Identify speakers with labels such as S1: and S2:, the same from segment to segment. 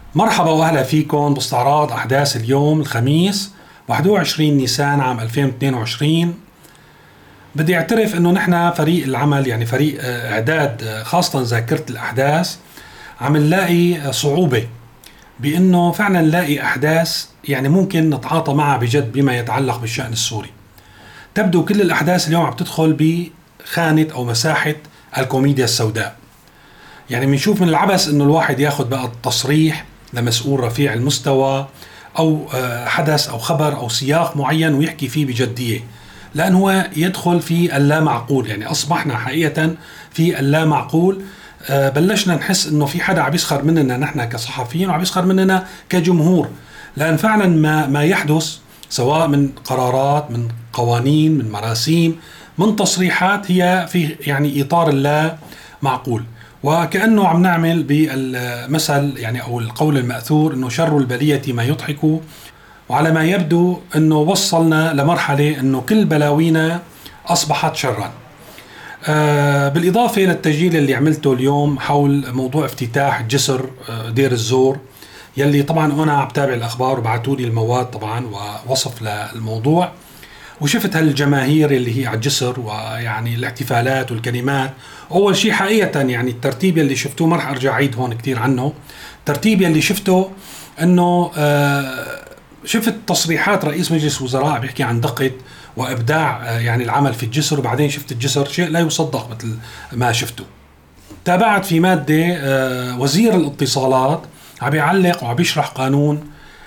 S1: مرحبا واهلا فيكم باستعراض احداث اليوم الخميس 21 نيسان عام 2022. بدي اعترف انه نحن فريق العمل، يعني فريق اعداد خاصة ذاكرة الاحداث، عم نلاقي صعوبة بانه فعلا نلاقي احداث يعني ممكن نتعاطى معها بجد بما يتعلق بالشأن السوري. تبدو كل الاحداث اليوم عم تدخل بخانة او مساحة الكوميديا السوداء. يعني بنشوف من العبث انه الواحد ياخذ بقى التصريح لمسؤول رفيع المستوى او حدث او خبر او سياق معين ويحكي فيه بجدية، لأن هو يدخل في اللا معقول. يعني أصبحنا حقيقة في اللا معقول. بلشنا نحس انه في حدا عم يسخر مننا نحن كصحفيين وعم يسخر مننا كجمهور، لأن فعلا ما يحدث سواء من قرارات، من قوانين، من مراسيم، من تصريحات، هي في يعني إطار اللا معقول. وكأنه عم نعمل بالمثل يعني أو القول المأثور أنه شر البلية ما يضحك. وعلى ما يبدو أنه وصلنا لمرحلة أنه كل بلاوينا أصبحت شرا. بالإضافة للتسجيل اللي عملته اليوم حول موضوع افتتاح جسر دير الزور، يلي طبعا أنا عم بتابع الأخبار وبعتولي المواد طبعا ووصف للموضوع، وشفت هالجماهير اللي هي على الجسر ويعني الاحتفالات والكلمات. أول شيء حقيقة يعني الترتيب اللي شفتوه ما رح أرجع عيد هون كتير عنه. الترتيب اللي شفته أنه شفت تصريحات رئيس مجلس وزراء بيحكي عن دقة وإبداع يعني العمل في الجسر، وبعدين شفت الجسر شيء لا يصدق مثل ما شفته. تابعت في مادة وزير الاتصالات عم يعلق وعم يشرح قانون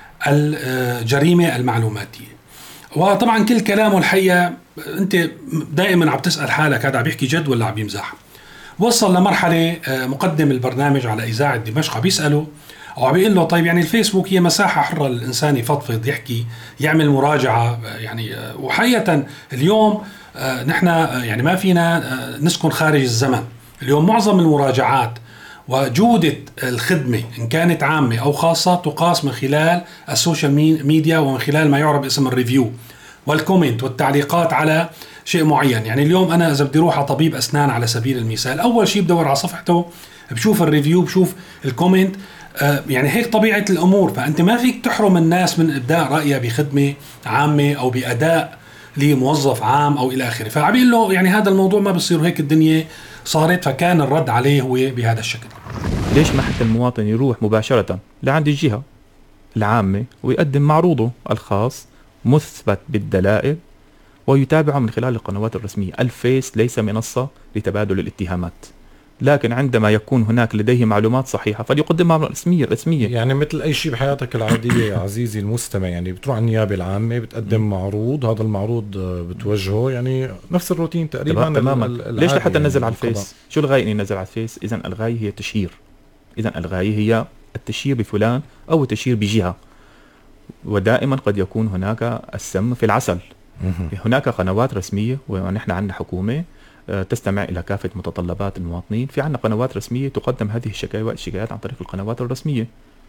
S1: الجريمة المعلوماتية، وطبعا كل كلامه الحقيقة انت دائما عم تسأل حالك هذا عم يحكي جد ولا عم يمزح. وصل لمرحلة مقدم البرنامج على إذاعة دمشق عم يسأله أو عم يقول له طيب يعني الفيسبوك هي مساحة حرة للإنسان يفضفض، يحكي، يعمل مراجعة يعني. وحقيقة اليوم نحن يعني ما فينا نسكن خارج الزمن. اليوم معظم المراجعات وجودة الخدمة إن كانت عامة أو خاصة تقاس من خلال السوشيال ميديا ومن خلال ما يعرف باسم الريفيو والكومنت والتعليقات على شيء معين. يعني اليوم أنا إذا بدي روح على طبيب أسنان على سبيل المثال، أول شيء بدور على صفحته، بشوف الريفيو، بشوف الكومنت. يعني هيك طبيعة الأمور. فأنت ما فيك تحرم الناس من إبداء رأيها بخدمة عامة أو بأداء لموظف عام أو إلى آخره. فعبيل له يعني هذا الموضوع ما بصير، هيك الدنيا صارت. فكان الرد عليه هو بهذا الشكل.
S2: ليش ما حتى المواطن يروح مباشرة لعند الجهة العامة ويقدم معروضه الخاص مثبت بالدلائل ويتابعه من خلال القنوات الرسمية؟ الفيس ليس منصة لتبادل الاتهامات، لكن عندما يكون هناك لديه معلومات صحيحة فليقدمها رسمية.
S3: يعني مثل أي شيء بحياتك العادية يا عزيزي المستمع، يعني بتروح على النيابة العامة بتقدم معروض، هذا المعروض بتوجهه، يعني نفس الروتين تقريبا
S2: تماما. ليش لحتى
S3: يعني
S2: ننزل على الفيس؟ شو الغاية اني ننزل على الفيس؟ إذن الغاية هي التشهير. إذن الغاية هي التشهير بفلان أو التشهير بجهة، ودائما قد يكون هناك السم في العسل. هناك قنوات رسمية ونحن عندنا حكومة تستمع إلى كافة متطلبات المواطنين. في عندنا قنوات رسمية تقدم هذه الشكايات عن طريق القنوات الرسمية،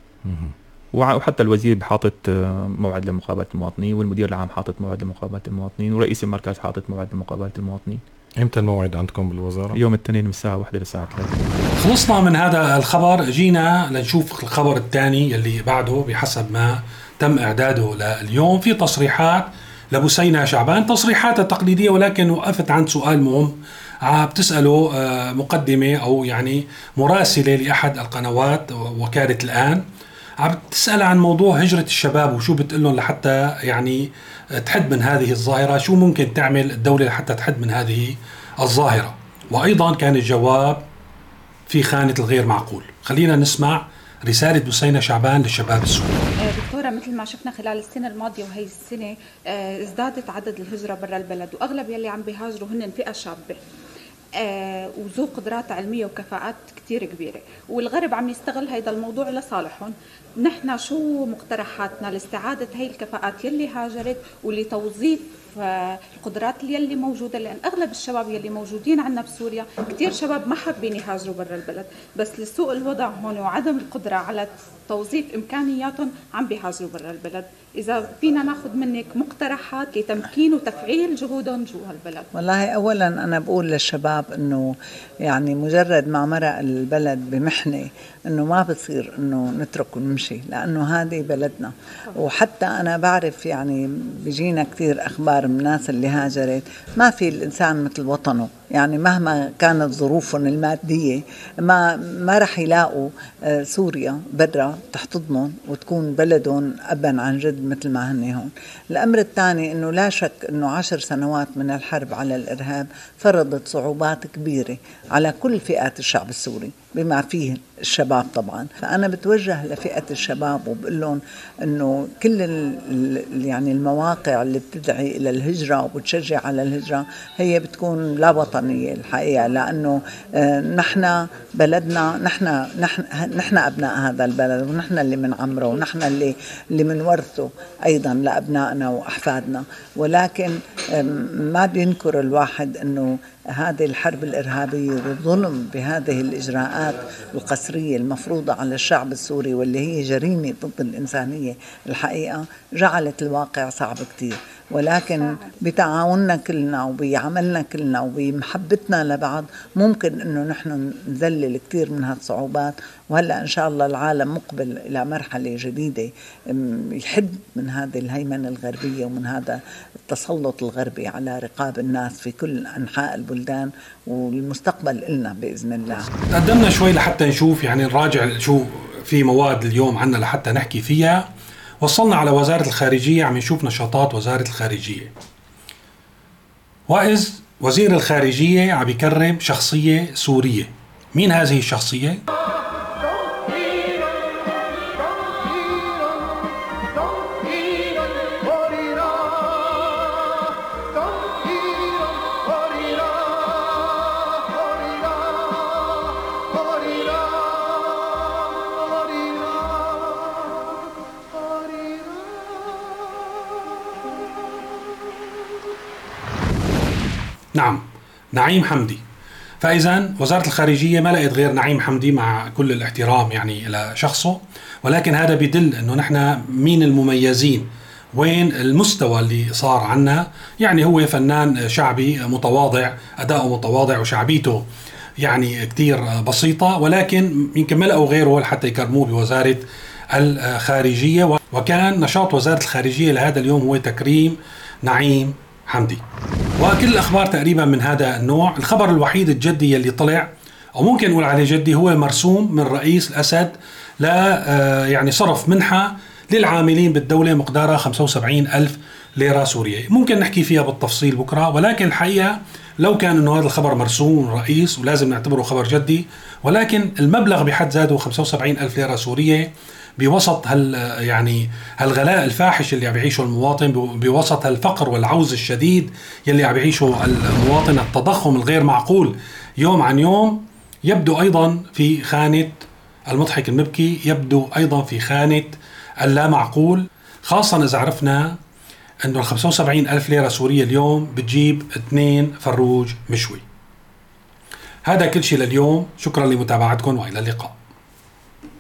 S2: وحتى الوزير بحاطط موعد لمقابلة المواطنين، والمدير العام حاطط موعد لمقابلة المواطنين، ورئيس المركز حاطط موعد لمقابلة المواطنين.
S3: امتى الموعد عندكم بالوزارة؟
S2: يوم الاثنين من الساعة 1 للساعة 3.
S1: خلصنا من هذا الخبر، جينا لنشوف الخبر الثاني اللي بعده بحسب ما تم إعداده لليوم. في تصريحات لبثينة شعبان، تصريحات تقليدية، ولكن وقفت عند سؤال مهم بتسأله مقدمة أو يعني مراسلة لأحد القنوات وكالة الآن، عم تسأل عن موضوع هجرة الشباب وشو بتقلن لحتى يعني تحد من هذه الظاهرة، شو ممكن تعمل الدولة لحتى تحد من هذه الظاهرة. وأيضا كان الجواب في خانة الغير معقول. خلينا نسمع رسالة بثينة شعبان للشباب السوري.
S4: دكتورة، مثل ما شفنا خلال السنة الماضية وهي السنة ازدادت عدد الهجرة برا البلد، وأغلب يلي عم بيهاجروا هن فئة شابة وذو قدرات علمية وكفاءات كتير كبيرة، والغرب عم يستغل هيدا الموضوع لصالحهم. نحن شو مقترحاتنا لاستعادة هاي الكفاءات يلي هاجرت ولتوظيف القدرات يلي موجودة؟ لأن أغلب الشباب يلي موجودين عنا بسوريا كتير شباب ما حابين يهاجروا برا البلد، بس لسوء الوضع هون وعدم القدرة على توظيف إمكانياتهم عم بيهاجروا برا البلد. إذا فينا ناخد منك مقترحات لتمكين وتفعيل جهودهم جوا البلد.
S5: والله أولا أنا بقول للشباب أنه يعني مجرد ما مرق البلد بمحنة إنه ما بصير إنه نترك ونمشي، لأنه هذه بلدنا. وحتى أنا بعرف يعني بيجينا كتير أخبار من الناس اللي هاجرت، ما في الإنسان مثل وطنه، يعني مهما كانت ظروفهم المادية ما رح يلاقوا سوريا برا تحتضنهم وتكون بلدهم أبا عن جد مثل ما هن هون. الأمر الثاني إنه لا شك إنه 10 سنوات من الحرب على الإرهاب فرضت صعوبات كبيرة على كل فئات الشعب السوري بما فيه الشباب طبعا. فأنا بتوجه لفئة الشباب وبقول لهم إنه كل يعني المواقع اللي بتدعي إلى الهجرة وبتشجع على الهجرة هي بتكون لا وطنية الحقيقة، لأنه نحن بلدنا، نحن أبناء هذا البلد، ونحن اللي منعمره، ونحن اللي منورثه أيضا لأبنائنا وأحفادنا. ولكن ما بينكر الواحد أنه هذه الحرب الإرهابية والظلم بهذه الإجراءات القسرية المفروضة على الشعب السوري واللي هي جريمة ضد الإنسانية الحقيقة جعلت الواقع صعب كتير. ولكن بتعاوننا كلنا وبعملنا كلنا وبمحبتنا لبعض ممكن أنه نحن نذلل كتير من هالصعوبات. وهلأ إن شاء الله العالم مقبل إلى مرحلة جديدة يحد من هذه الهيمنة الغربية ومن هذا التسلط الغربي على رقاب الناس في كل أنحاء البلدان، والمستقبل إلنا بإذن الله.
S1: تقدمنا شوي لحتى نشوف يعني نراجع شو في مواد اليوم عنا لحتى نحكي فيها. وصلنا على وزارة الخارجية، عم نشوف نشاطات وزارة الخارجية. وإذ وزير الخارجية عم يكرم شخصية سورية. مين هذه الشخصية؟ نعم، نعيم حمدي. فإذا وزارة الخارجية ما لقيت غير نعيم حمدي مع كل الاحترام يعني إلى شخصه، ولكن هذا بيدل أنه نحن مين المميزين، وين المستوى اللي صار عنا. يعني هو فنان شعبي متواضع، أداؤه متواضع وشعبيته يعني كتير بسيطة، ولكن يمكن ما لقوا غيره لحتى يكرموه بوزارة الخارجية. وكان نشاط وزارة الخارجية لهذا اليوم هو تكريم نعيم حمدي. وكل الأخبار تقريبا من هذا النوع. الخبر الوحيد الجدي اللي طلع أو ممكن نقول عليه جدي هو مرسوم من رئيس الأسد لا يعني صرف منحة للعاملين بالدولة مقدارها 75,000 ليرة سورية. ممكن نحكي فيها بالتفصيل بكرة، ولكن الحقيقة لو كان إنه هذا الخبر مرسوم من رئيس ولازم نعتبره خبر جدي، ولكن المبلغ بحد ذاته 75,000 ليرة سورية بوسط يعني هالغلاء الفاحش اللي عم يعيشه المواطن، بوسط هالفقر والعوز الشديد يلي عم يعيشه المواطن، التضخم الغير معقول يوم عن يوم، يبدو أيضا في خانة المضحك المبكي، يبدو أيضا في خانة اللا معقول، خاصة إذا عرفنا أنه 75,000 ليرة سورية اليوم بتجيب 2 فروج مشوي. هذا كل شيء لليوم، شكرا لمتابعتكم وإلى اللقاء.